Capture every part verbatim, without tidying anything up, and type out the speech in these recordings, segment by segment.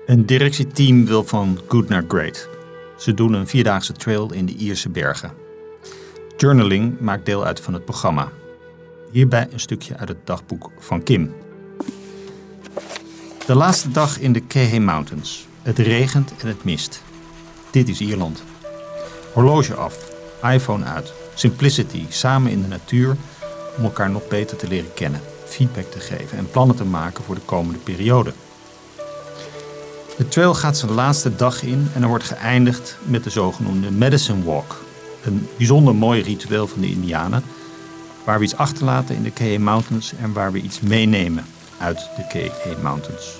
Een directieteam wil van good naar great. Ze doen een vierdaagse trail in de Ierse bergen. Journaling maakt deel uit van het programma. Hierbij een stukje uit het dagboek van Kim. De laatste dag in de Kehei Mountains. Het regent en het mist. Dit is Ierland. Horloge af, iPhone uit. Simplicity, samen in de natuur om elkaar nog beter te leren kennen, feedback te geven en plannen te maken voor de komende periode. De trail gaat zijn laatste dag in en er wordt geëindigd met de zogenoemde Medicine Walk. Een bijzonder mooi ritueel van de Indianen, waar we iets achterlaten in de Kehei Mountains en waar we iets meenemen uit de Kehei Mountains.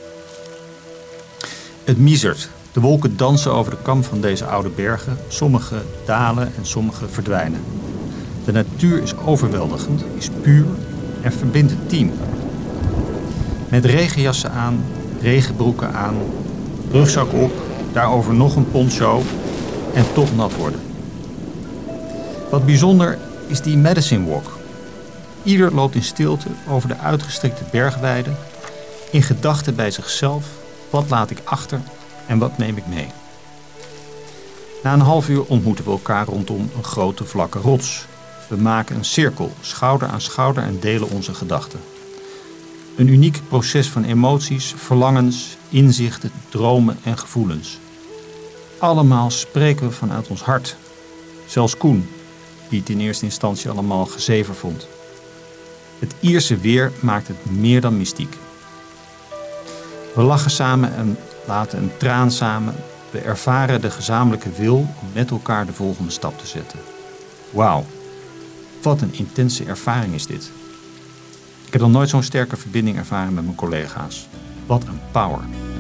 Het miezert. De wolken dansen over de kam van deze oude bergen. Sommige dalen en sommige verdwijnen. De natuur is overweldigend, is puur en verbindt het team. Met regenjassen aan, regenbroeken aan, rugzak op, daarover nog een poncho en toch nat worden. Wat bijzonder is die Medicine Walk. Ieder loopt in stilte over de uitgestrekte bergweiden, in gedachten bij zichzelf, wat laat ik achter en wat neem ik mee. Na een half uur ontmoeten we elkaar rondom een grote vlakke rots. We maken een cirkel, schouder aan schouder en delen onze gedachten. Een uniek proces van emoties, verlangens, inzichten, dromen en gevoelens. Allemaal spreken we vanuit ons hart. Zelfs Koen, die het in eerste instantie allemaal gezever vond. Het Ierse weer maakt het meer dan mystiek. We lachen samen en laten een traan samen. We ervaren de gezamenlijke wil om met elkaar de volgende stap te zetten. Wauw, wat een intense ervaring is dit. Ik heb nog nooit zo'n sterke verbinding ervaren met mijn collega's. Wat een power.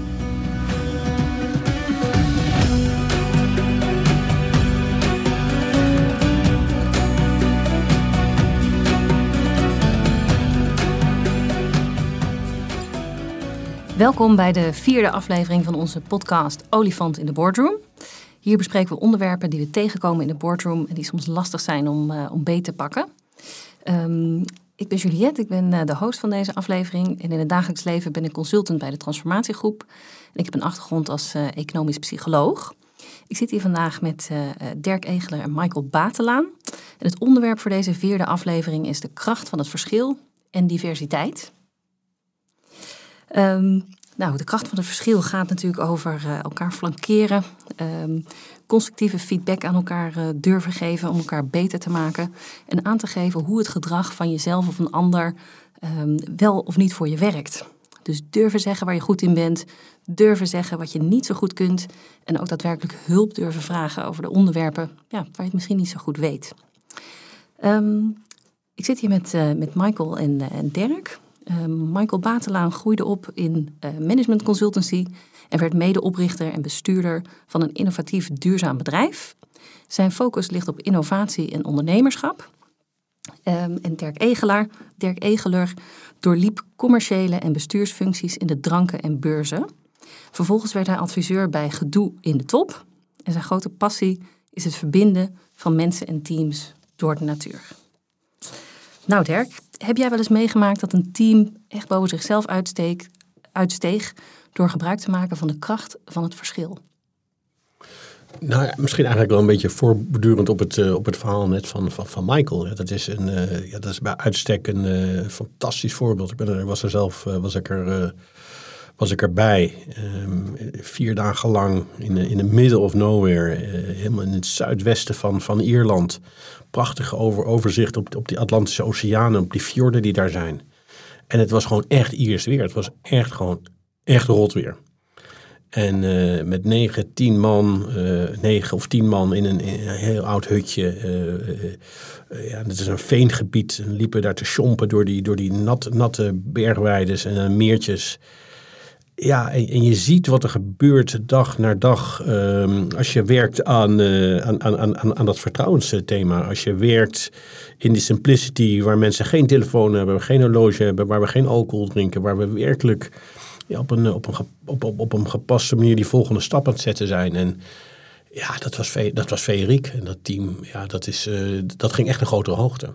Welkom bij de vierde aflevering van onze podcast Olifant in de Boardroom. Hier bespreken we onderwerpen die we tegenkomen in de boardroom en die soms lastig zijn om, uh, om beet te pakken. Um, ik ben Juliette, ik ben uh, de host van deze aflevering en in het dagelijks leven ben ik consultant bij de Transformatiegroep. En ik heb een achtergrond als uh, economisch psycholoog. Ik zit hier vandaag met uh, Dirk Egeler en Michael Batelaan. En het onderwerp voor deze vierde aflevering is de kracht van het verschil en diversiteit. Um, nou, de kracht van het verschil gaat natuurlijk over uh, elkaar flankeren, um, constructieve feedback aan elkaar uh, durven geven om elkaar beter te maken en aan te geven hoe het gedrag van jezelf of een ander um, wel of niet voor je werkt. Dus durven zeggen waar je goed in bent, durven zeggen wat je niet zo goed kunt en ook daadwerkelijk hulp durven vragen over de onderwerpen ja, waar je het misschien niet zo goed weet. Um, ik zit hier met, uh, met Michael en, uh, en Dirk. Uh, Michael Batelaan groeide op in uh, management consultancy en werd medeoprichter en bestuurder van een innovatief duurzaam bedrijf. Zijn focus ligt op innovatie en ondernemerschap. Um, en Dirk Egelaar, Dirk Egeler doorliep commerciële en bestuursfuncties in de dranken en beurzen. Vervolgens werd hij adviseur bij Gedoe in de Top. En zijn grote passie is het verbinden van mensen en teams door de natuur. Nou Dirk, heb jij wel eens meegemaakt dat een team echt boven zichzelf uitsteek, uitsteeg door gebruik te maken van de kracht van het verschil? Nou ja, misschien eigenlijk wel een beetje voortbordurend op het, uh, op het verhaal net van, van, van Michael. Ja, dat, is een, uh, ja, dat is bij uitstek een uh, fantastisch voorbeeld. Ik ben er, was er zelf uh, was ik er, uh, was ik erbij. Um, vier dagen lang in de, in de middle of nowhere. Uh, helemaal in het zuidwesten van, van Ierland. Prachtige over, overzicht op, op die Atlantische Oceanen, op die fjorden die daar zijn. En het was gewoon echt Iers weer. Het was echt gewoon echt rot weer. En uh, met negen, tien man, uh, negen of tien man in een, in een heel oud hutje. Uh, uh, uh, ja, het is een veengebied. En liepen daar te sjompen door die, door die nat, natte bergweides en uh, meertjes. Ja, en, en je ziet wat er gebeurt dag na dag um, als je werkt aan, uh, aan, aan, aan, aan dat vertrouwensthema. Als je werkt in die simplicity waar mensen geen telefoon hebben, geen horloge hebben, waar we geen alcohol drinken, waar we werkelijk ja, op, een, op, een, op, op, op een gepaste manier die volgende stap aan het zetten zijn. En ja, dat was, ve- dat was feeriek. En dat team, ja, dat, is, uh, dat ging echt een grotere hoogte.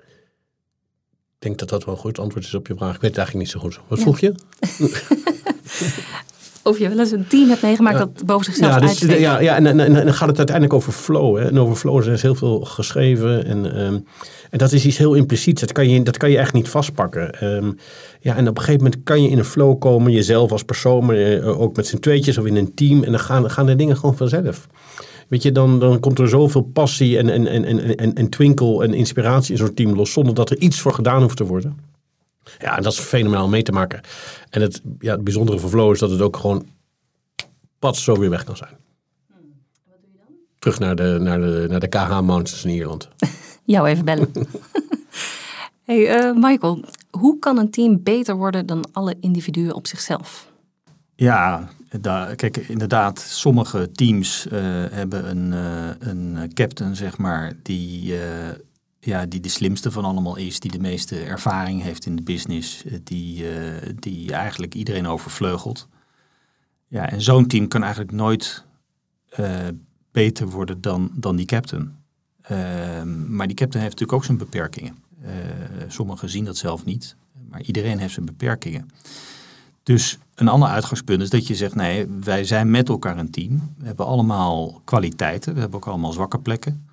Ik denk dat dat wel een goed antwoord is op je vraag. Ik weet het eigenlijk niet zo goed. Wat ja. vroeg je? Of je wel eens een team hebt meegemaakt ja. dat boven zichzelf ja, dus, uitsteekt. Ja, ja en, en, en dan gaat het uiteindelijk over flow. Hè. En over flow is heel veel geschreven. En, um, en dat is iets heel impliciets. Dat kan je, dat kan je echt niet vastpakken. Um, ja, en op een gegeven moment kan je in een flow komen. Jezelf als persoon, maar uh, ook met z'n tweetjes of in een team. En dan gaan, gaan de dingen gewoon vanzelf. Weet je, dan, dan komt er zoveel passie en, en, en, en, en, en twinkel en inspiratie in zo'n team los. Zonder dat er iets voor gedaan hoeft te worden. Ja, en dat is fenomenaal mee te maken. En het, ja, het bijzondere van flow is dat het ook gewoon pats zo weer weg kan zijn. Hmm. Wat doe je dan? Terug naar de, naar de, naar de K H Mountains in Ierland. Jou even bellen. hey, uh, Michael, hoe kan een team beter worden dan alle individuen op zichzelf? Ja, da, kijk, inderdaad, sommige teams uh, hebben een, uh, een captain, zeg maar, die... Uh, Ja, die de slimste van allemaal is, die de meeste ervaring heeft in de business, die, uh, die eigenlijk iedereen overvleugelt. Ja, en zo'n team kan eigenlijk nooit uh, beter worden dan, dan die captain. Uh, maar die captain heeft natuurlijk ook zijn beperkingen. Uh, sommigen zien dat zelf niet, maar iedereen heeft zijn beperkingen. Dus een ander uitgangspunt is dat je zegt, nee, wij zijn met elkaar een team. We hebben allemaal kwaliteiten, we hebben ook allemaal zwakke plekken.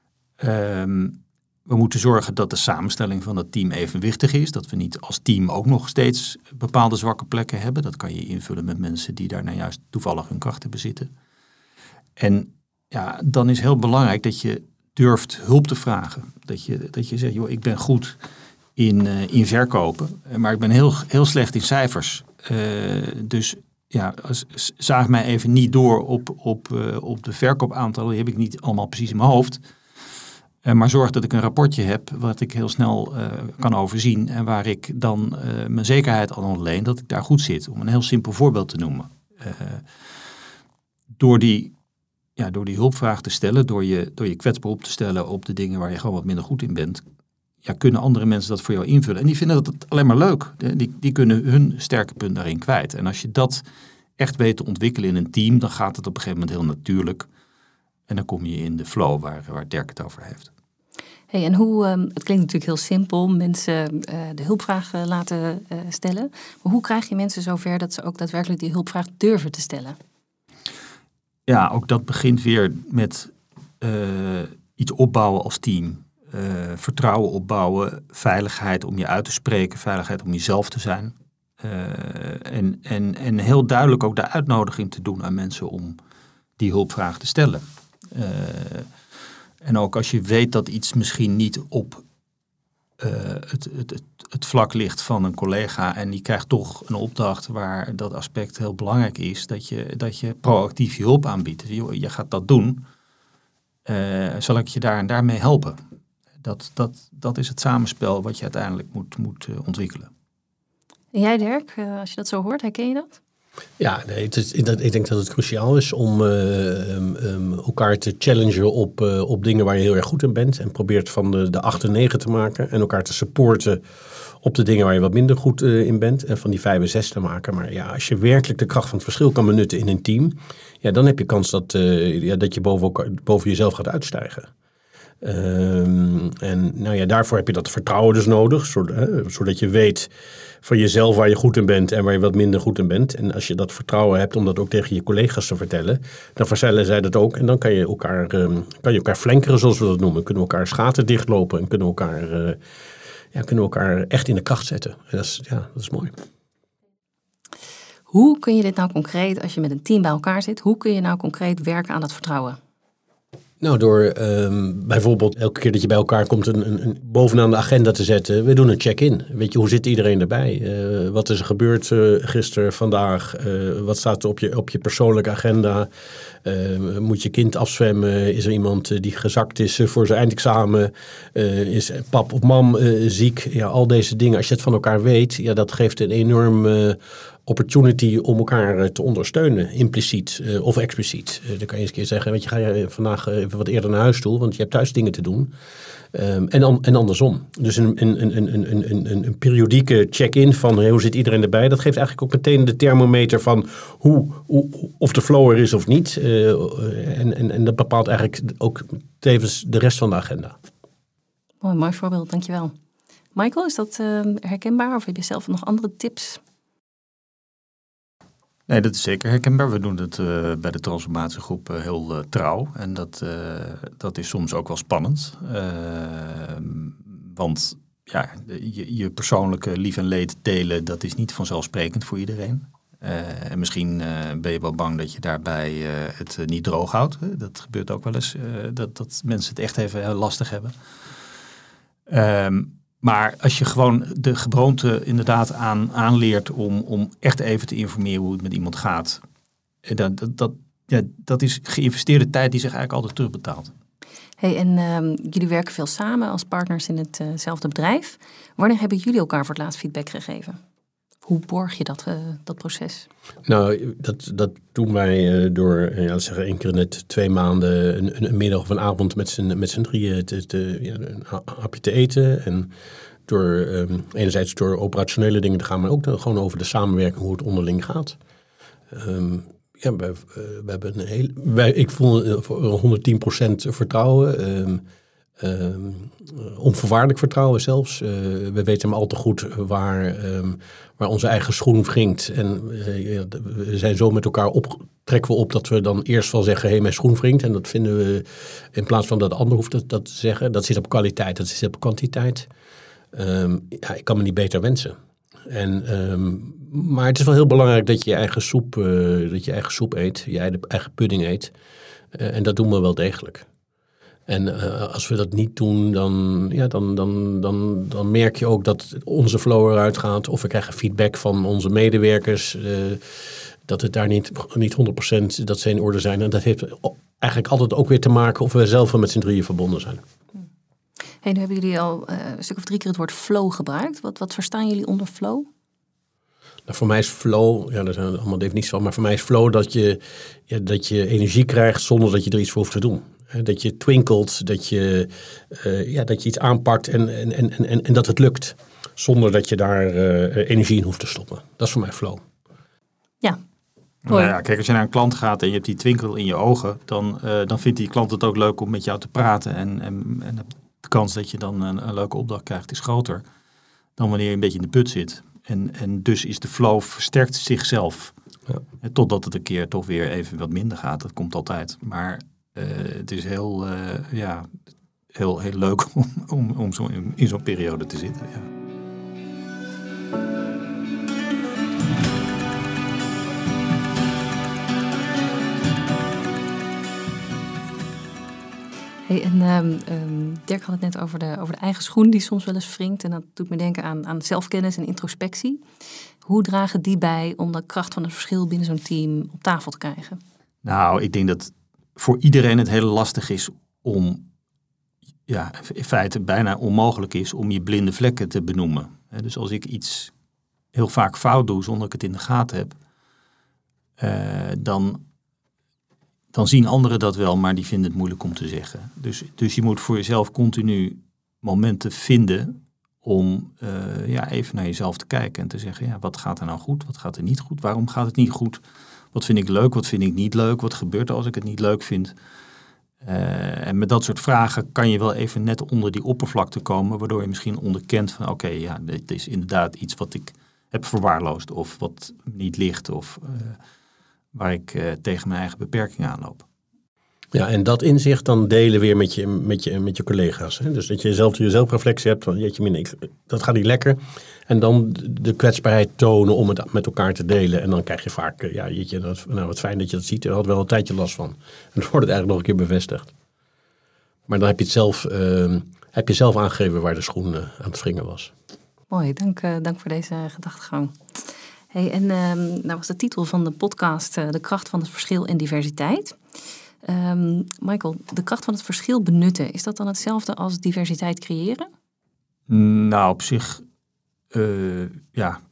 Um, We moeten zorgen dat de samenstelling van het team evenwichtig is. Dat we niet als team ook nog steeds bepaalde zwakke plekken hebben. Dat kan je invullen met mensen die daar nou juist toevallig hun krachten bezitten. En ja, dan is heel belangrijk dat je durft hulp te vragen. Dat je, dat je zegt, joh, ik ben goed in, uh, in verkopen, maar ik ben heel, heel slecht in cijfers. Uh, dus ja, zaag mij even niet door op, op, uh, op de verkoopaantallen. Die heb ik niet allemaal precies in mijn hoofd. Uh, maar zorg dat ik een rapportje heb wat ik heel snel uh, kan overzien. En waar ik dan uh, mijn zekerheid aan ontleen dat ik daar goed zit. Om een heel simpel voorbeeld te noemen. Uh, door, die, ja, door die hulpvraag te stellen, door je, door je kwetsbaar op te stellen op de dingen waar je gewoon wat minder goed in bent. Ja, kunnen andere mensen dat voor jou invullen. En die vinden dat alleen maar leuk. Die, die kunnen hun sterke punt daarin kwijt. En als je dat echt weet te ontwikkelen in een team, dan gaat het op een gegeven moment heel natuurlijk. En dan kom je in de flow waar, waar Dirk het over heeft. Hey, en hoe, um, het klinkt natuurlijk heel simpel, mensen uh, de hulpvraag uh, laten uh, stellen. Maar hoe krijg je mensen zover dat ze ook daadwerkelijk die hulpvraag durven te stellen? Ja, ook dat begint weer met uh, iets opbouwen als team. Uh, vertrouwen opbouwen, veiligheid om je uit te spreken, veiligheid om jezelf te zijn. Uh, en, en, en heel duidelijk ook de uitnodiging te doen aan mensen om die hulpvraag te stellen. Uh, en ook als je weet dat iets misschien niet op uh, het, het, het, het vlak ligt van een collega en die krijgt toch een opdracht waar dat aspect heel belangrijk is, dat je, dat je proactief je hulp aanbiedt. Dus, joh, je gaat dat doen, uh, zal ik je daar en daarmee helpen? Dat, dat, dat is het samenspel wat je uiteindelijk moet, moet uh, ontwikkelen. En jij Dirk, uh, als je dat zo hoort, herken je dat? Ja, nee, het is, ik denk dat het cruciaal is om uh, um, um, elkaar te challengen op, uh, op dingen waar je heel erg goed in bent. En probeert van de, de acht en negen te maken. En elkaar te supporten op de dingen waar je wat minder goed uh, in bent. En van die vijf en zes te maken. Maar ja, als je werkelijk de kracht van het verschil kan benutten in een team. Ja, dan heb je kans dat, uh, ja, dat je boven, elkaar, boven jezelf gaat uitstijgen. Um, en nou ja, daarvoor heb je dat vertrouwen dus nodig. Zodat, uh, zodat je weet van jezelf waar je goed in bent en waar je wat minder goed in bent. En als je dat vertrouwen hebt om dat ook tegen je collega's te vertellen, dan vertellen zij dat ook. En dan kan je elkaar, um, kan je elkaar flankeren, zoals we dat noemen. Kunnen we elkaar schaten dichtlopen en kunnen we elkaar, uh, ja, kunnen we elkaar echt in de kracht zetten. En dat is, ja, dat is mooi. Hoe kun je dit nou concreet, als je met een team bij elkaar zit, hoe kun je nou concreet werken aan dat vertrouwen? Nou, door um, bijvoorbeeld elke keer dat je bij elkaar komt een, een, een bovenaan de agenda te zetten. We doen een check-in. Weet je, hoe zit iedereen erbij? Uh, wat is er gebeurd uh, gisteren, vandaag? Uh, wat staat er op je, op je persoonlijke agenda? Uh, moet je kind afzwemmen? Is er iemand uh, die gezakt is uh, voor zijn eindexamen? Uh, is pap of mam uh, ziek? Ja, al deze dingen. Als je het van elkaar weet, ja, dat geeft een enorm uh, opportunity om elkaar uh, te ondersteunen. Impliciet uh, of expliciet. Uh, dan kan je eens een keer zeggen, weet je, ga je vandaag uh, even wat eerder naar huis toe, want je hebt thuis dingen te doen. Um, en, an, en andersom. Dus een, een, een, een, een, een, een periodieke check-in van hey, hoe zit iedereen erbij. Dat geeft eigenlijk ook meteen de thermometer van hoe, hoe, of de flow er is of niet. Uh, en, en, en dat bepaalt eigenlijk ook tevens de rest van de agenda. Mooi, mooi voorbeeld, dankjewel. Michael, is dat uh, herkenbaar of heb je zelf nog andere tips? Nee, dat is zeker herkenbaar. We doen het uh, bij de transformatiegroep uh, heel uh, trouw. En dat, uh, dat is soms ook wel spannend. Uh, want ja, je, je persoonlijke lief en leed delen, dat is niet vanzelfsprekend voor iedereen. Uh, en misschien uh, ben je wel bang dat je daarbij uh, het uh, niet droog houdt. Dat gebeurt ook wel eens, uh, dat, dat mensen het echt even heel lastig hebben. Um, maar als je gewoon de gewoonte inderdaad aan, aanleert om, om echt even te informeren hoe het met iemand gaat. Dat, dat, dat, ja, dat is geïnvesteerde tijd die zich eigenlijk altijd terugbetaalt. Hey, en uh, jullie werken veel samen als partners in hetzelfde uh bedrijf. Wanneer hebben jullie elkaar voor het laatst feedback gegeven? Hoe borg je dat, uh, dat proces? Nou, dat, dat doen wij uh, door, ja, laten zeggen, één keer in het twee maanden een, een middag of een avond met z'n, met z'n drieën te, te, ja, een hapje te eten. En door, um, enerzijds door operationele dingen te gaan, maar ook dan gewoon over de samenwerking, hoe het onderling gaat. Um, ja, wij, uh, we hebben een heel, wij, ik voel uh, honderdtien procent vertrouwen. Um, Um, onvoorwaardelijk vertrouwen zelfs. Uh, we weten maar al te goed waar, um, waar onze eigen schoen wringt. En uh, ja, we zijn zo met elkaar op, trekken we op dat we dan eerst wel zeggen, hé, hey, mijn schoen wringt. En dat vinden we, in plaats van dat de ander hoeft dat, dat te zeggen. Dat zit op kwaliteit, dat zit op kwantiteit. Um, ja, ik kan me niet beter wensen. En, um, maar het is wel heel belangrijk dat je je eigen soep, uh, dat je eigen soep eet. Je eigen pudding eet. Uh, en dat doen we wel degelijk. En uh, als we dat niet doen, dan, ja, dan, dan, dan, dan merk je ook dat onze flow eruit gaat. Of we krijgen feedback van onze medewerkers. Uh, dat het daar niet, niet honderd procent dat ze in orde zijn. En dat heeft eigenlijk altijd ook weer te maken of we zelf wel met z'n drieën verbonden zijn. Hey, nu hebben jullie al uh, een stuk of drie keer het woord flow gebruikt. Wat, wat verstaan jullie onder flow? Nou, voor mij is flow, ja, daar zijn allemaal definities van. Maar voor mij is flow dat je, ja, dat je energie krijgt zonder dat je er iets voor hoeft te doen. Dat je twinkelt, dat je, uh, ja, dat je iets aanpakt en, en, en, en, en dat het lukt. Zonder dat je daar uh, energie in hoeft te stoppen. Dat is voor mij flow. Ja. Nou ja, kijk, als je naar een klant gaat en je hebt die twinkel in je ogen, dan, uh, dan vindt die klant het ook leuk om met jou te praten. En, en, en de kans dat je dan een, een leuke opdracht krijgt is groter dan wanneer je een beetje in de put zit. En, en dus is de flow versterkt zichzelf. Ja. Totdat het een keer toch weer even wat minder gaat. Dat komt altijd. Maar uh, het is heel, uh, ja, heel, heel leuk om, om, om zo in, in zo'n periode te zitten. Ja. Hey, en um, um, Dirk had het net over de, over de eigen schoen die soms wel eens wringt. En dat doet me denken aan, aan zelfkennis en introspectie. Hoe dragen die bij om de kracht van het verschil binnen zo'n team op tafel te krijgen? Nou, ik denk dat voor iedereen het heel lastig is om, ja, in feite bijna onmogelijk is om je blinde vlekken te benoemen. Dus als ik iets heel vaak fout doe zonder dat ik het in de gaten heb, uh, dan... dan zien anderen dat wel, maar die vinden het moeilijk om te zeggen. Dus, dus je moet voor jezelf continu momenten vinden om uh, ja, even naar jezelf te kijken en te zeggen, ja, wat gaat er nou goed, wat gaat er niet goed, waarom gaat het niet goed, wat vind ik leuk, wat vind ik niet leuk, wat gebeurt er als ik het niet leuk vind. Uh, en met dat soort vragen kan je wel even net onder die oppervlakte komen, waardoor je misschien onderkent van, oké, okay, ja, dit is inderdaad iets wat ik heb verwaarloosd of wat niet ligt of... Uh, waar ik uh, tegen mijn eigen beperkingen aanloop. Ja, en dat inzicht dan delen weer met je, met je, met je collega's. Hè? Dus dat je zelf je zelfreflectie hebt van, jeetje min, ik, dat gaat niet lekker. En dan de kwetsbaarheid tonen om het met elkaar te delen. En dan krijg je vaak, ja, jeetje, dat, nou, wat fijn dat je dat ziet. Er had wel een tijdje last van. En dan wordt het eigenlijk nog een keer bevestigd. Maar dan heb je het zelf, uh, heb je zelf aangegeven waar de schoen uh, aan het wringen was. Mooi, dank, uh, dank voor deze gedachtegang. Hey, en um, nou was de titel van de podcast uh, De kracht van het verschil en diversiteit. Um, Michael, de kracht van het verschil benutten, is dat dan hetzelfde als diversiteit creëren? Nou, op zich, uh, ja,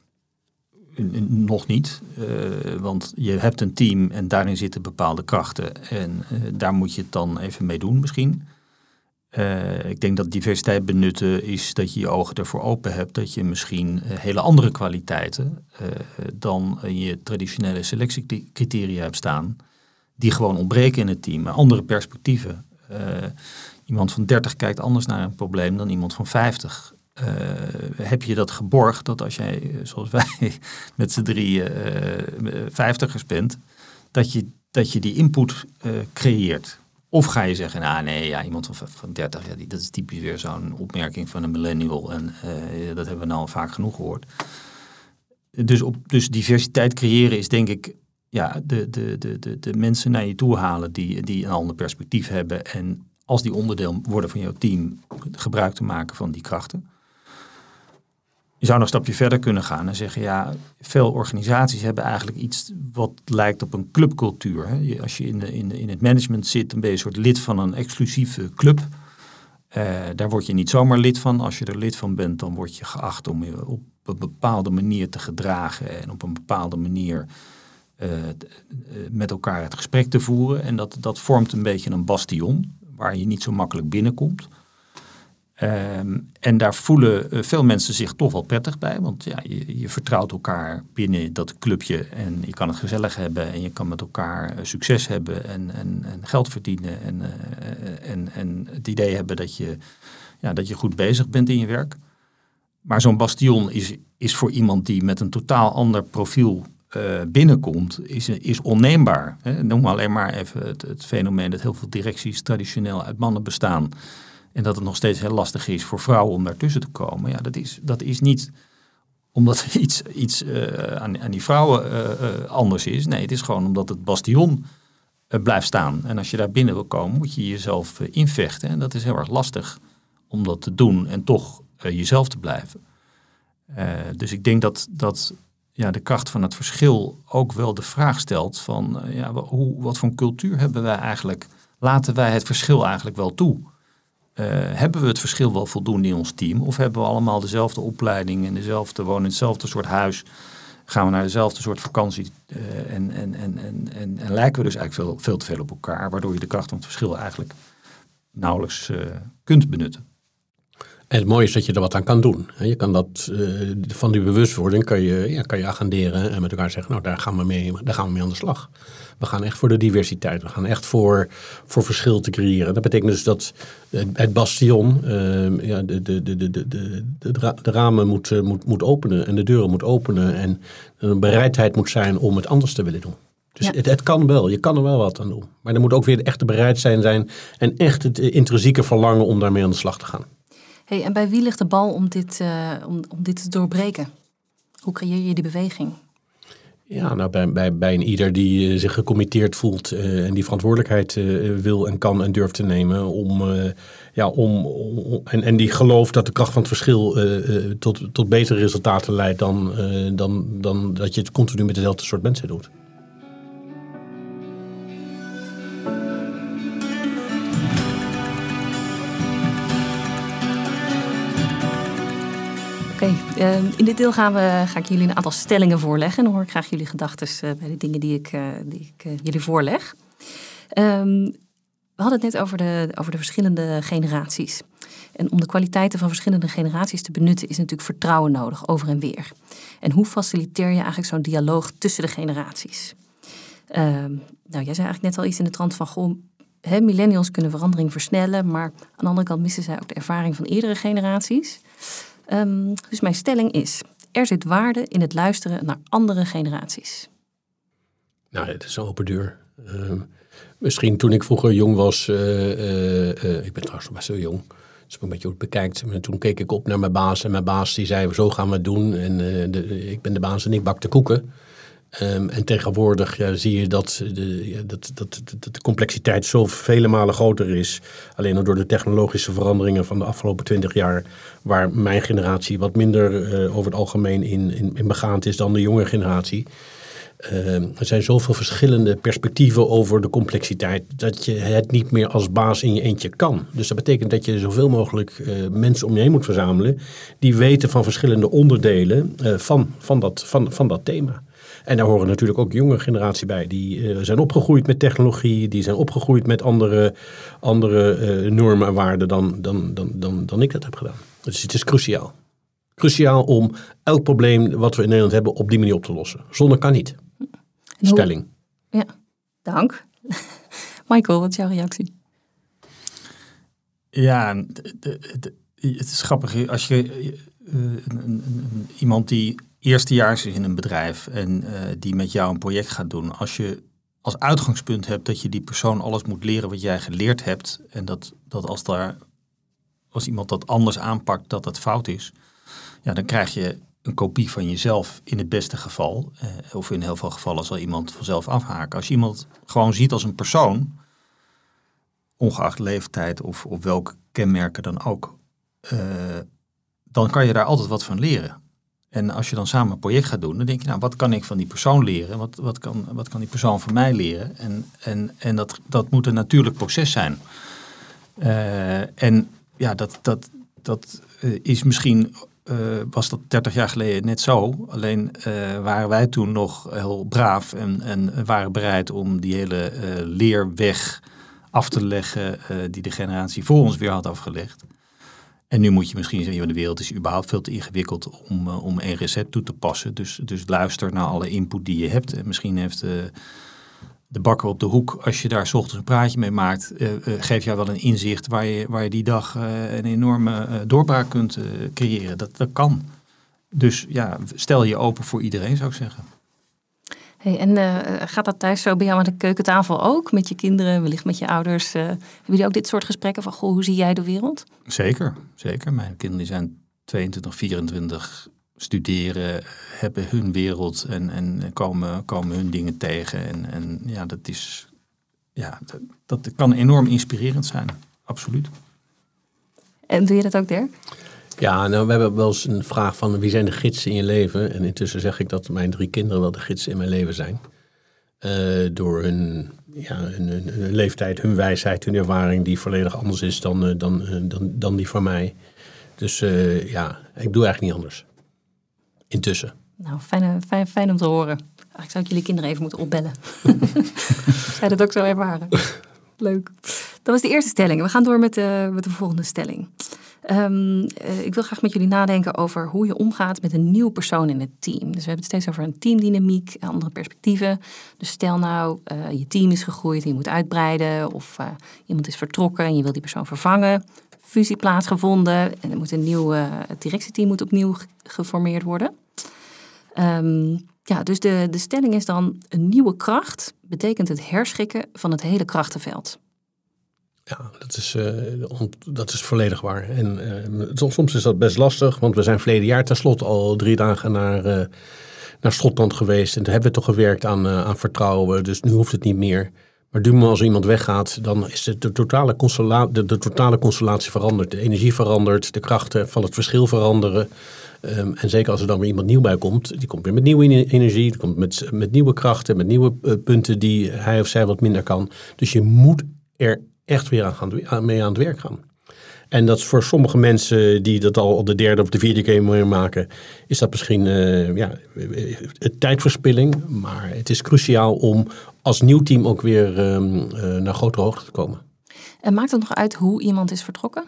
nog niet. Uh, want je hebt een team en daarin zitten bepaalde krachten. En uh, daar moet je het dan even mee doen misschien. Uh, ik denk dat diversiteit benutten is dat je je ogen ervoor open hebt dat je misschien uh, hele andere kwaliteiten uh, dan uh, je traditionele selectiecriteria hebt staan, die gewoon ontbreken in het team. Andere perspectieven. Uh, iemand van dertig kijkt anders naar een probleem dan iemand van vijftig. uh, heb je dat geborgd dat als jij, zoals wij met z'n drie uh, vijftigers bent, dat je, dat je die input uh, creëert. Of ga je zeggen, nou nee, ja, iemand van, van dertig, ja, die, dat is typisch weer zo'n opmerking van een millennial. En uh, dat hebben we nou al vaak genoeg gehoord. Dus, op, dus diversiteit creëren is denk ik ja, de, de, de, de, de mensen naar je toe halen die, die een ander perspectief hebben. En als die onderdeel worden van jouw team, gebruik te maken van die krachten. Je zou nog een stapje verder kunnen gaan en zeggen, ja, veel organisaties hebben eigenlijk iets wat lijkt op een clubcultuur. Hè. Als je in, de, in, de, in het management zit, dan ben je een soort lid van een exclusieve club. Uh, daar word je niet zomaar lid van. Als je er lid van bent, dan word je geacht om je op een bepaalde manier te gedragen en op een bepaalde manier uh, met elkaar het gesprek te voeren. En dat, dat vormt een beetje een bastion waar je niet zo makkelijk binnenkomt. Um, en daar voelen uh, veel mensen zich toch wel prettig bij. Want ja, je, je vertrouwt elkaar binnen dat clubje en je kan het gezellig hebben. En je kan met elkaar uh, succes hebben en, en, en geld verdienen. En, uh, en, en het idee hebben dat je, ja, dat je goed bezig bent in je werk. Maar zo'n bastion is, is voor iemand die met een totaal ander profiel uh, binnenkomt, is, is onneembaar. Hè? Noem maar alleen maar even het, het fenomeen dat heel veel directies traditioneel uit mannen bestaan. En dat het nog steeds heel lastig is voor vrouwen om daartussen te komen. Ja, dat is, dat is niet omdat iets, iets uh, aan, aan die vrouwen uh, uh, anders is. Nee, het is gewoon omdat het bastion uh, blijft staan. En als je daar binnen wil komen, moet je jezelf uh, invechten. En dat is heel erg lastig om dat te doen en toch uh, jezelf te blijven. Uh, dus ik denk dat, dat ja, de kracht van het verschil ook wel de vraag stelt van uh, ja, hoe, wat voor een cultuur hebben wij eigenlijk? Laten wij het verschil eigenlijk wel toe? Uh, hebben we het verschil wel voldoende in ons team? Of hebben we allemaal dezelfde opleiding en dezelfde wonen in hetzelfde soort huis? Gaan we naar dezelfde soort vakantie? Uh, en, en, en, en, en, en lijken we dus eigenlijk veel, veel te veel op elkaar, waardoor je de kracht van het verschil eigenlijk nauwelijks uh, kunt benutten. En het mooie is dat je er wat aan kan doen. Je kan dat, uh, van die bewustwording kan je, ja, kan je agenderen en met elkaar zeggen, nou daar gaan we mee, daar gaan we mee aan de slag. We gaan echt voor de diversiteit. We gaan echt voor, voor verschil te creëren. Dat betekent dus dat het bastion uh, ja, de, de, de, de, de, de, de ramen moet, uh, moet, moet openen en de deuren moet openen. En een bereidheid moet zijn om het anders te willen doen. Dus ja. het, het kan wel. Je kan er wel wat aan doen. Maar er moet ook weer de echte bereidheid zijn en echt het intrinsieke verlangen om daarmee aan de slag te gaan. Hey, en bij wie ligt de bal om dit, uh, om, om dit te doorbreken? Hoe creëer je die beweging? Ja, nou bij, bij, bij een ieder die uh, zich gecommitteerd voelt uh, en die verantwoordelijkheid uh, wil en kan en durft te nemen om, uh, ja, om, om en, en die gelooft dat de kracht van het verschil uh, uh, tot, tot betere resultaten leidt dan, uh, dan, dan dat je het continu met dezelfde soort mensen doet. Oké, okay, uh, in dit deel gaan we, ga ik jullie een aantal stellingen voorleggen. En dan hoor ik graag jullie gedachten uh, bij de dingen die ik, uh, die ik uh, jullie voorleg. Um, we hadden het net over de, over de verschillende generaties. En om de kwaliteiten van verschillende generaties te benutten is natuurlijk vertrouwen nodig, over en weer. En hoe faciliteer je eigenlijk zo'n dialoog tussen de generaties? Um, nou, jij zei eigenlijk net al iets in de trant van, goh, hè, millennials kunnen verandering versnellen, maar aan de andere kant missen zij ook de ervaring van eerdere generaties. Um, dus mijn stelling is, er zit waarde in het luisteren naar andere generaties. Nou, het is een open deur. Uh, misschien toen ik vroeger jong was, uh, uh, uh, ik ben trouwens nog best zo jong, dus ik een beetje hoe het bekijkt. Maar toen keek ik op naar mijn baas en mijn baas die zei, zo gaan we het doen. En uh, de, ik ben de baas en ik bak de koeken. Um, en tegenwoordig ja, zie je dat de, ja, dat, dat, dat de complexiteit zo vele malen groter is. Alleen al door de technologische veranderingen van de afgelopen twintig jaar. Waar mijn generatie wat minder uh, over het algemeen in, in, in begaand is dan de jonge generatie. Uh, er zijn zoveel verschillende perspectieven over de complexiteit. Dat je het niet meer als baas in je eentje kan. Dus dat betekent dat je zoveel mogelijk uh, mensen om je heen moet verzamelen. Die weten van verschillende onderdelen uh, van, van, dat, van, van dat thema. En daar horen natuurlijk ook jonge generatie bij. Die uh, zijn opgegroeid met technologie. Die zijn opgegroeid met andere, andere uh, normen en waarden dan, dan, dan, dan, dan ik dat heb gedaan. Dus het is cruciaal. Cruciaal om elk probleem wat we in Nederland hebben op die manier op te lossen. Zonder kan niet. Stelling. Ja, dank. Michael, wat is jouw reactie? Ja, de, de, de, het is grappig, als je uh, een, een, een, iemand die eerstejaars is in een bedrijf en uh, die met jou een project gaat doen, als je als uitgangspunt hebt dat je die persoon alles moet leren wat jij geleerd hebt en dat, dat als, daar, als iemand dat anders aanpakt dat dat fout is, ja, dan krijg je een kopie van jezelf in het beste geval. Uh, of in heel veel gevallen zal iemand vanzelf afhaken. Als je iemand gewoon ziet als een persoon, ongeacht leeftijd of, of welke kenmerken dan ook, uh, dan kan je daar altijd wat van leren. En als je dan samen een project gaat doen, dan denk je, nou, wat kan ik van die persoon leren? Wat, wat, kan, wat kan die persoon van mij leren? En, en, en dat, dat moet een natuurlijk proces zijn. Uh, en ja, dat, dat, dat uh, is misschien, uh, was dat dertig jaar geleden net zo. Alleen uh, waren wij toen nog heel braaf en, en waren bereid om die hele uh, leerweg af te leggen uh, die de generatie voor ons weer had afgelegd. En nu moet je misschien zeggen, de wereld is überhaupt veel te ingewikkeld om, uh, om één recept toe te passen. Dus, dus luister naar alle input die je hebt. En misschien heeft uh, de bakker op de hoek, als je daar 's ochtends een praatje mee maakt, uh, uh, geeft jou wel een inzicht waar je, waar je die dag uh, een enorme uh, doorbraak kunt uh, creëren. Dat, dat kan. Dus ja, stel je open voor iedereen, zou ik zeggen. Hey, en uh, gaat dat thuis zo bij jou aan de keukentafel ook? Met je kinderen, wellicht met je ouders? Uh, hebben jullie ook dit soort gesprekken van, goh, hoe zie jij de wereld? Zeker, zeker. Mijn kinderen zijn tweeëntwintig, vierentwintig, studeren, hebben hun wereld en, en komen, komen hun dingen tegen. En, en ja, dat is, ja, dat, dat kan enorm inspirerend zijn. Absoluut. En doe je dat ook, Dirk? Ja, nou, we hebben wel eens een vraag van wie zijn de gidsen in je leven? En intussen zeg ik dat mijn drie kinderen wel de gidsen in mijn leven zijn. Uh, door hun, ja, hun, hun, hun leeftijd, hun wijsheid, hun ervaring die volledig anders is dan, uh, dan, uh, dan, dan die van mij. Dus uh, ja, ik doe eigenlijk niet anders. Intussen. Nou, fijn, fijn, fijn om te horen. Eigenlijk zou ik jullie kinderen even moeten opbellen. Zij dat ook zo ervaren. Leuk. Dat was de eerste stelling. We gaan door met de, met de volgende stelling. Um, uh, ik wil graag met jullie nadenken over hoe je omgaat met een nieuwe persoon in het team. Dus we hebben het steeds over een teamdynamiek, andere perspectieven. Dus stel nou, uh, je team is gegroeid en je moet uitbreiden. Of uh, iemand is vertrokken en je wil die persoon vervangen. Fusie plaatsgevonden en er moet een nieuw uh, het directieteam moet opnieuw geformeerd worden. Um, ja, dus de, de stelling is dan, een nieuwe kracht betekent het herschikken van het hele krachtenveld. Ja, dat is, uh, dat is volledig waar. En uh, soms is dat best lastig, want we zijn verleden jaar tenslotte al drie dagen naar, uh, naar Schotland geweest. En toen hebben we toch gewerkt aan, uh, aan vertrouwen, dus nu hoeft het niet meer. Maar du moment als iemand weggaat, dan is de, de, totale constella- de, de totale constellatie veranderd. De energie verandert, de krachten van het verschil veranderen. Um, en zeker als er dan weer iemand nieuw bij komt, die komt weer met nieuwe energie, die komt met, met nieuwe krachten, met nieuwe uh, punten die hij of zij wat minder kan. Dus je moet er echt weer aan gaan, mee aan het werk gaan. En dat voor sommige mensen die dat al de derde of de vierde keer meemaken, is dat misschien uh, ja, tijdverspilling. Maar het is cruciaal om als nieuw team ook weer um, uh, naar grotere hoogte te komen. En maakt het nog uit hoe iemand is vertrokken?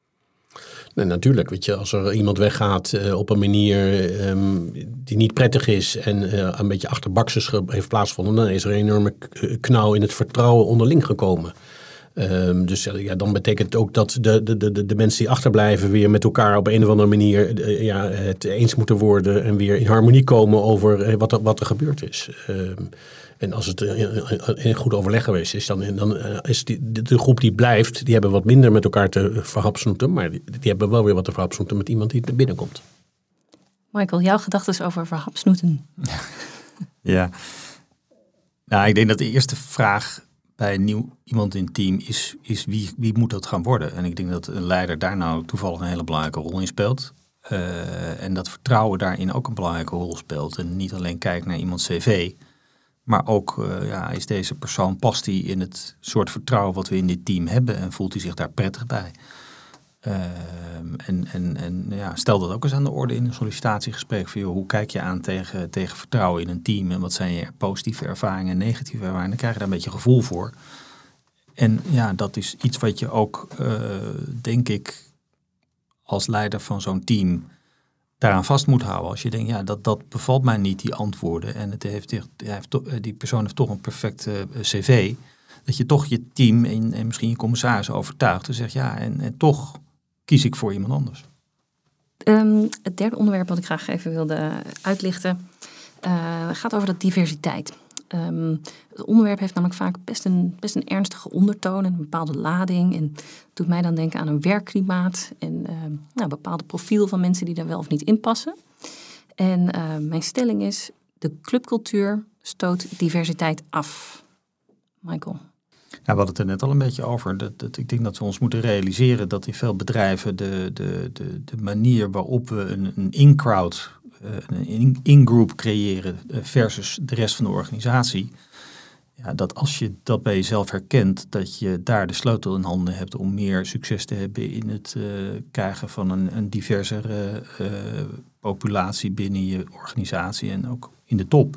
Nee, natuurlijk, weet je, als er iemand weggaat uh, op een manier um, die niet prettig is en uh, een beetje achterbakses heeft plaatsgevonden, dan is er een enorme knauw in het vertrouwen onderling gekomen. Um, dus ja, dan betekent het ook dat de, de, de, de mensen die achterblijven weer met elkaar op een of andere manier uh, ja, het eens moeten worden en weer in harmonie komen over uh, wat, er, wat er gebeurd is. Um, en als het uh, in goed overleg geweest is, dan, dan uh, is die, de, de groep die blijft, die hebben wat minder met elkaar te verhapsnoeten, maar die, die hebben wel weer wat te verhapsnoeten met iemand die er binnenkomt. Michael, jouw gedachten over verhapsnoeten? Ja, nou, ik denk dat de eerste vraag bij een nieuw iemand in het team is, is wie, wie moet dat gaan worden? En ik denk dat een leider daar nou toevallig een hele belangrijke rol in speelt. Uh, en dat vertrouwen daarin ook een belangrijke rol speelt. En niet alleen kijkt naar iemands cv, maar ook uh, ja, is deze persoon, past hij in het soort vertrouwen wat we in dit team hebben en voelt hij zich daar prettig bij? Uh, en en, en ja, stel dat ook eens aan de orde in een sollicitatiegesprek. Van, joh, hoe kijk je aan tegen, tegen vertrouwen in een team? En wat zijn je positieve ervaringen en negatieve ervaringen? Dan krijg je daar een beetje gevoel voor. En ja, dat is iets wat je ook, uh, denk ik, als leider van zo'n team daaraan vast moet houden. Als je denkt, ja, dat, dat bevalt mij niet, die antwoorden. En het heeft, hij heeft to, die persoon heeft toch een perfect uh, cv. Dat je toch je team en, en misschien je commissaris overtuigt. En zegt, ja, en, en toch kies ik voor iemand anders. Um, het derde onderwerp wat ik graag even wilde uitlichten uh, gaat over dat diversiteit. Um, het onderwerp heeft namelijk vaak best een, best een ernstige ondertoon en een bepaalde lading. En doet mij dan denken aan een werkklimaat en uh, nou, een bepaalde profiel van mensen die daar wel of niet in passen. En uh, mijn stelling is, de clubcultuur stoot diversiteit af. Michael? Ja, we hadden het er net al een beetje over. Dat, dat, ik denk dat we ons moeten realiseren dat in veel bedrijven de, de, de, de manier waarop we een, een in-crowd, een in-group creëren versus de rest van de organisatie. Ja, dat als je dat bij jezelf herkent, dat je daar de sleutel in handen hebt om meer succes te hebben in het uh, krijgen van een, een diversere uh, populatie binnen je organisatie en ook in de top.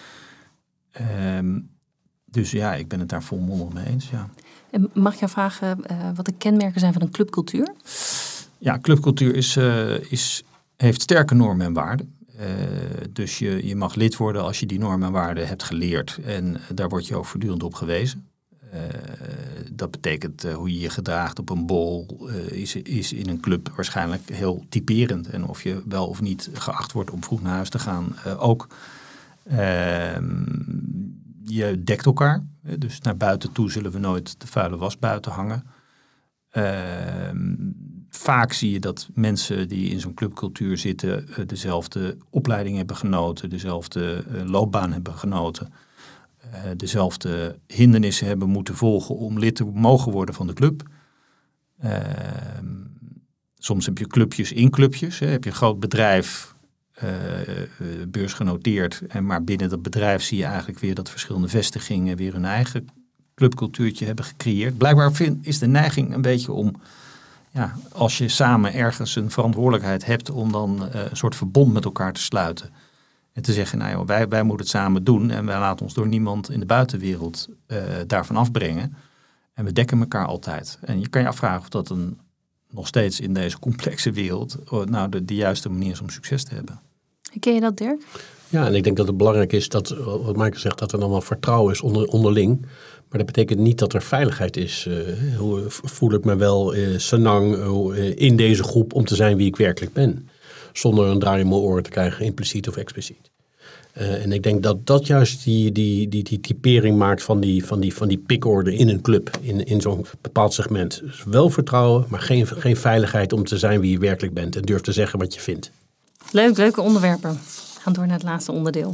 Um, dus ja, ik ben het daar volmondig mee eens, ja. En mag ik jou vragen uh, wat de kenmerken zijn van een clubcultuur? Ja, clubcultuur is, uh, is, heeft sterke normen en waarden. Uh, dus je, je mag lid worden als je die normen en waarden hebt geleerd. En daar word je ook voortdurend op gewezen. Uh, dat betekent uh, hoe je je gedraagt op een bol uh, is, is in een club waarschijnlijk heel typerend. En of je wel of niet geacht wordt om vroeg naar huis te gaan uh, ook. Uh, je dekt elkaar. Dus naar buiten toe zullen we nooit de vuile was buiten hangen. Uh, vaak zie je dat mensen die in zo'n clubcultuur zitten uh, dezelfde opleiding hebben genoten, dezelfde uh, loopbaan hebben genoten, uh, dezelfde hindernissen hebben moeten volgen om lid te mogen worden van de club. Uh, soms heb je clubjes in clubjes. Hè. Heb je een groot bedrijf, uh, uh, beursgenoteerd, en maar binnen dat bedrijf zie je eigenlijk weer dat verschillende vestigingen weer hun eigen clubcultuurtje hebben gecreëerd. Blijkbaar vind, is de neiging een beetje om, ja, als je samen ergens een verantwoordelijkheid hebt, om dan uh, een soort verbond met elkaar te sluiten. En te zeggen, nou joh, wij, wij moeten het samen doen en wij laten ons door niemand in de buitenwereld uh, daarvan afbrengen. En we dekken elkaar altijd. En je kan je afvragen of dat een, nog steeds in deze complexe wereld nou de, de juiste manier is om succes te hebben. Ken je dat, Dirk? Ja, en ik denk dat het belangrijk is dat, wat Michael zegt, dat er dan wel vertrouwen is onder, onderling. Maar dat betekent niet dat er veiligheid is. Uh, hoe voel ik me wel uh, senang uh, in deze groep om te zijn wie ik werkelijk ben. Zonder een draai in mijn oren te krijgen, impliciet of expliciet. Uh, en ik denk dat dat juist die, die, die, die typering maakt van die, van die, van die pikorde in een club, in, in zo'n bepaald segment. Dus wel vertrouwen, maar geen, geen veiligheid om te zijn wie je werkelijk bent en durf te zeggen wat je vindt. Leuk, leuke onderwerpen. We gaan door naar het laatste onderdeel.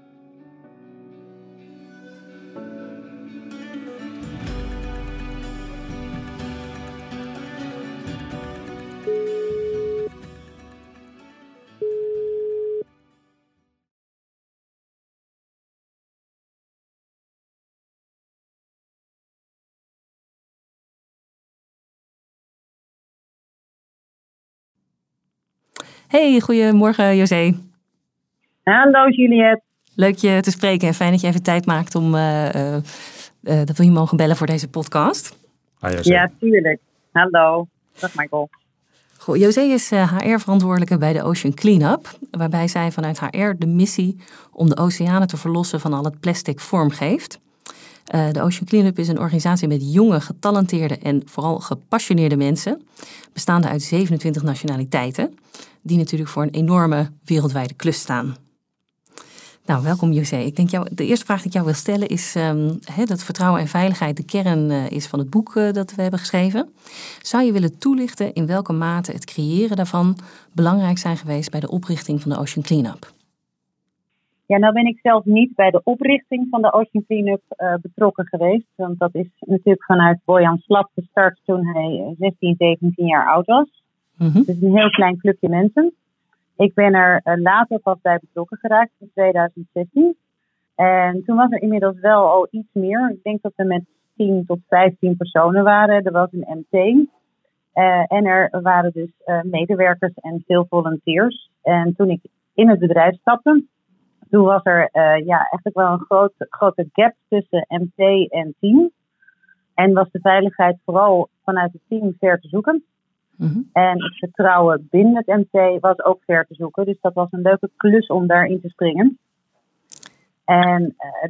Hey, goedemorgen José. Hallo Juliette. Leuk je te spreken en fijn dat je even tijd maakt om uh, uh, uh, dat we je mogen bellen voor deze podcast. Hi, José. Ja, tuurlijk. Hallo. Dag Michael. Goh, José is uh, H R-verantwoordelijke bij de Ocean Cleanup, waarbij zij vanuit H R de missie om de oceanen te verlossen van al het plastic vormgeeft. Uh, de Ocean Cleanup is een organisatie met jonge, getalenteerde en vooral gepassioneerde mensen, bestaande uit zevenentwintig nationaliteiten, die natuurlijk voor een enorme wereldwijde klus staan. Nou, welkom José. Ik denk jou, de eerste vraag die ik jou wil stellen is um, he, dat vertrouwen en veiligheid de kern uh, is van het boek uh, dat we hebben geschreven. Zou je willen toelichten in welke mate het creëren daarvan belangrijk zijn geweest bij de oprichting van de Ocean Cleanup? Ja, nou ben ik zelf niet bij de oprichting van de Ocean Cleanup uh, betrokken geweest. Want dat is natuurlijk vanuit Boyan Slat gestart toen hij zestien, zeventien jaar oud was. Mm-hmm. Dus een heel klein clubje mensen. Ik ben er uh, later pas bij betrokken geraakt in tweeduizend zestien. En toen was er inmiddels wel al iets meer. Ik denk dat we met tien tot vijftien personen waren. Er was een M T. Uh, en er waren dus uh, medewerkers en veel volunteers. En toen ik in het bedrijf stapte, toen was er uh, ja, eigenlijk wel een groot, grote gap tussen M T en team. En was de veiligheid vooral vanuit het team ver te zoeken. Mm-hmm. En het vertrouwen binnen het M T was ook ver te zoeken. Dus dat was een leuke klus om daarin te springen. En uh,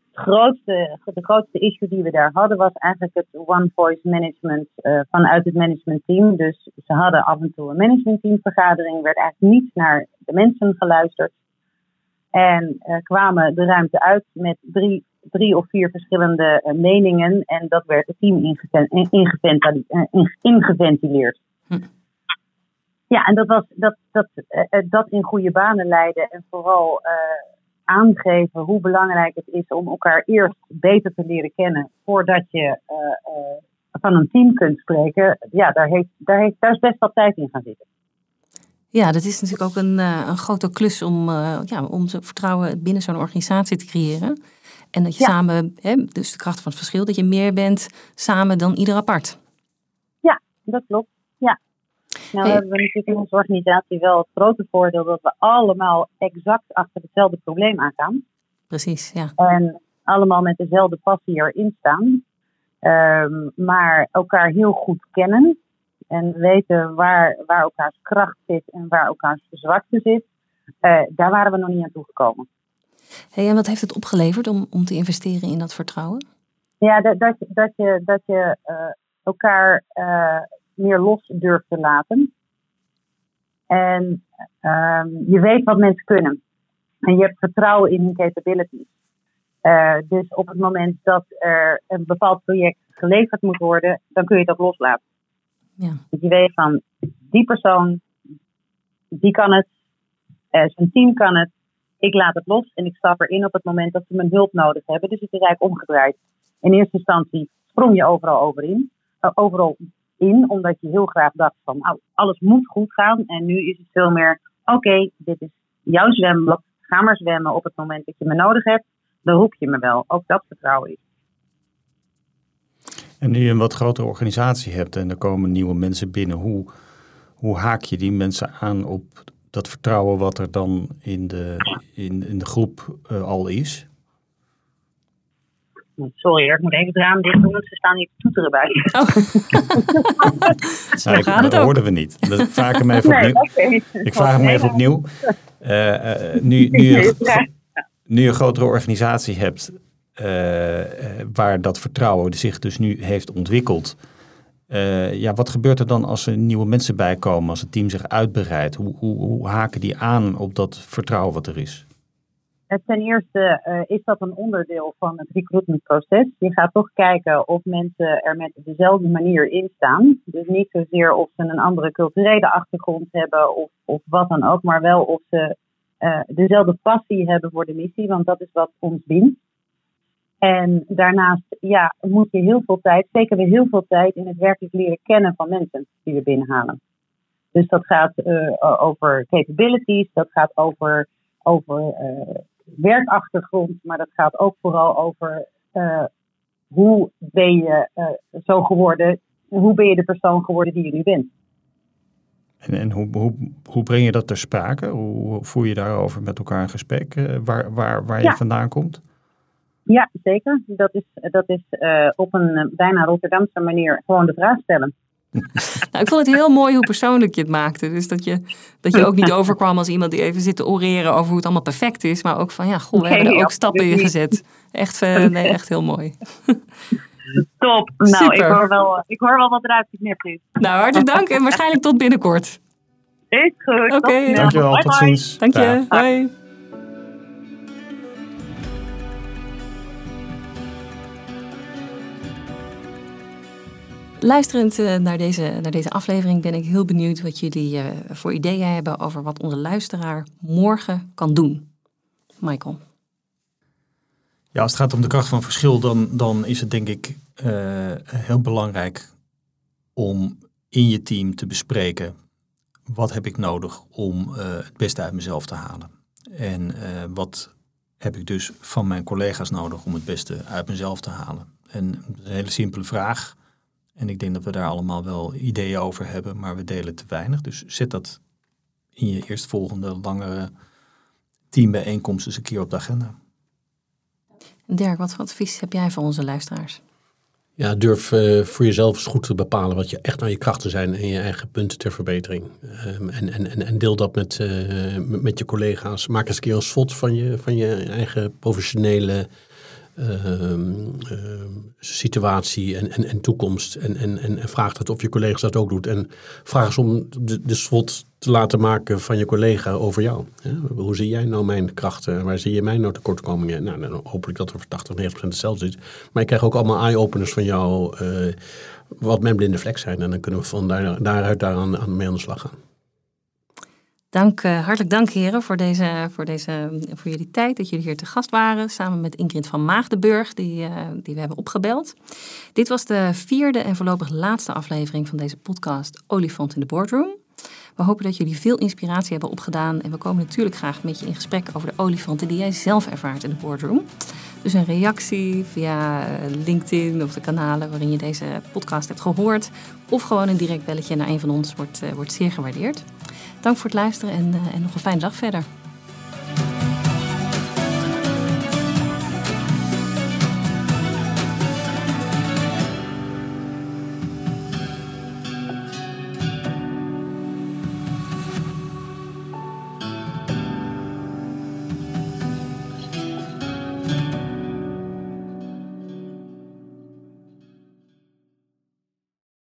grootste, de grootste issue die we daar hadden was eigenlijk het one voice management uh, vanuit het managementteam. Dus ze hadden af en toe een managementteamvergadering, werd eigenlijk niet naar de mensen geluisterd. En uh, kwamen de ruimte uit met drie, drie of vier verschillende uh, meningen en dat werd het team ingeven, ingeventile, uh, ingeventileerd. Hm. Ja, en dat was dat, dat, uh, dat in goede banen leiden en vooral uh, aangeven hoe belangrijk het is om elkaar eerst beter te leren kennen voordat je uh, uh, van een team kunt spreken. Ja, daar, heeft, daar, heeft, daar is best wat tijd in gaan zitten. Ja, dat is natuurlijk ook een, uh, een grote klus om, uh, ja, om vertrouwen binnen zo'n organisatie te creëren. En dat je ja. samen, hè, dus de kracht van het verschil, dat je meer bent samen dan ieder apart. Ja, dat klopt. Ja. Nou hey. hebben we natuurlijk in onze organisatie wel het grote voordeel dat we allemaal exact achter hetzelfde probleem aangaan. Precies, ja. En allemaal met dezelfde passie erin staan. Um, maar elkaar heel goed kennen. En weten waar, waar elkaars kracht zit en waar elkaars zwakte zit. Uh, daar waren we nog niet aan toegekomen. Hey, en wat heeft het opgeleverd om, om te investeren in dat vertrouwen? Ja, dat, dat, dat je, dat je uh, elkaar uh, meer los durft te laten. En uh, je weet wat mensen kunnen. En je hebt vertrouwen in hun capabilities. Uh, dus op het moment dat er een bepaald project geleverd moet worden, dan kun je dat loslaten. Ja. Dus je weet van, die persoon, die kan het, uh, zijn team kan het, ik laat het los en ik stap erin op het moment dat ze mijn hulp nodig hebben. Dus het is eigenlijk omgedraaid. In eerste instantie sprong je overal over in, uh, overal in, omdat je heel graag dacht van, nou, alles moet goed gaan. En nu is het veel meer, oké, okay, dit is jouw zwembad, ga maar zwemmen op het moment dat je me nodig hebt. Dan roep je me wel. Ook dat vertrouwen is. En nu je een wat grotere organisatie hebt en er komen nieuwe mensen binnen, hoe, hoe haak je die mensen aan op dat vertrouwen wat er dan in de, in, in de groep uh, al is? Sorry, ik moet even het raam dicht doen, ze staan hier te toeteren bij. Oh. nou, ik, dat hoorden we niet. Dat vraag ik hem even nee, opnieuw. Okay. Ik vraag hem even opnieuw. Uh, uh, nu, nu, je, nu je een grotere organisatie hebt, Uh, uh, waar dat vertrouwen zich dus nu heeft ontwikkeld. Uh, ja, wat gebeurt er dan als er nieuwe mensen bijkomen, als het team zich uitbreidt? Hoe, hoe, hoe haken die aan op dat vertrouwen wat er is? Ten eerste uh, is dat een onderdeel van het recruitmentproces. Je gaat toch kijken of mensen er met dezelfde manier in staan. Dus niet zozeer of ze een andere culturele achtergrond hebben of, of wat dan ook, maar wel of ze uh, dezelfde passie hebben voor de missie, want dat is wat ons dient. En daarnaast ja, moet je heel veel tijd, steken we heel veel tijd in het werkelijk leren kennen van mensen die we binnenhalen. Dus dat gaat uh, over capabilities, dat gaat over, over uh, werkachtergrond, maar dat gaat ook vooral over uh, hoe ben je uh, zo geworden, hoe ben je de persoon geworden die je nu bent. En, en hoe, hoe, hoe breng je dat ter sprake? Hoe voer je daarover met elkaar een gesprek, uh, waar, waar, waar je ja. vandaan komt? Ja, zeker. Dat is, dat is uh, op een uh, bijna Rotterdamse manier gewoon de vraag stellen. Nou, ik vond het heel mooi hoe persoonlijk je het maakte. Dus dat je, dat je ook niet overkwam als iemand die even zit te oreren over hoe het allemaal perfect is. Maar ook van, ja, goh, we nee, hebben er ook stappen in gezet. Echt, uh, nee, echt heel mooi. Top. Nou, ik hoor, wel, ik hoor wel wat eruit geknipt is. Nou, hartelijk dank en waarschijnlijk tot binnenkort. Is goed. Oké. Okay. Dankjewel, bye, tot ziens. Dank je. Hoi. Luisterend uh, naar, deze, naar deze aflevering ben ik heel benieuwd wat jullie uh, voor ideeën hebben over wat onze luisteraar morgen kan doen. Michael. Ja, als het gaat om de kracht van verschil, dan, dan is het denk ik uh, heel belangrijk om in je team te bespreken wat heb ik nodig om uh, het beste uit mezelf te halen. En uh, wat heb ik dus van mijn collega's nodig om het beste uit mezelf te halen. En dat is een hele simpele vraag. En ik denk dat we daar allemaal wel ideeën over hebben, maar we delen te weinig. Dus zet dat in je eerstvolgende langere teambijeenkomst eens een keer op de agenda. Dirk, wat voor advies heb jij voor onze luisteraars? Ja, durf uh, voor jezelf eens goed te bepalen wat je echt naar je krachten zijn en je eigen punten ter verbetering. Um, en, en, en deel dat met, uh, met je collega's. Maak eens een keer een S W O T van je, van je eigen professionele uh, uh, situatie en, en, en toekomst. En, en, en vraag dat of je collega's dat ook doet. En vraag eens om de, de SWOT te laten maken van je collega over jou. Hè? Hoe zie jij nou mijn krachten? Waar zie je mijn nou tekortkomingen? Nou, dan hoop ik dat er voor tachtig, negentig procent hetzelfde is. Maar ik krijg ook allemaal eye-openers van jou. Uh, wat mijn blinde vlek zijn. En dan kunnen we van daar, daaruit daaraan aan mee aan de slag gaan. Dank, uh, hartelijk dank heren voor, deze, voor, deze, voor jullie tijd dat jullie hier te gast waren. Samen met Ingrid van Maagdenburg die, uh, die we hebben opgebeld. Dit was de vierde en voorlopig laatste aflevering van deze podcast Olifant in de Boardroom. We hopen dat jullie veel inspiratie hebben opgedaan. En we komen natuurlijk graag met je in gesprek over de olifanten die jij zelf ervaart in de boardroom. Dus een reactie via LinkedIn of de kanalen waarin je deze podcast hebt gehoord. Of gewoon een direct belletje naar een van ons wordt, uh, wordt zeer gewaardeerd. Dank voor het luisteren en, uh, en nog een fijne dag verder.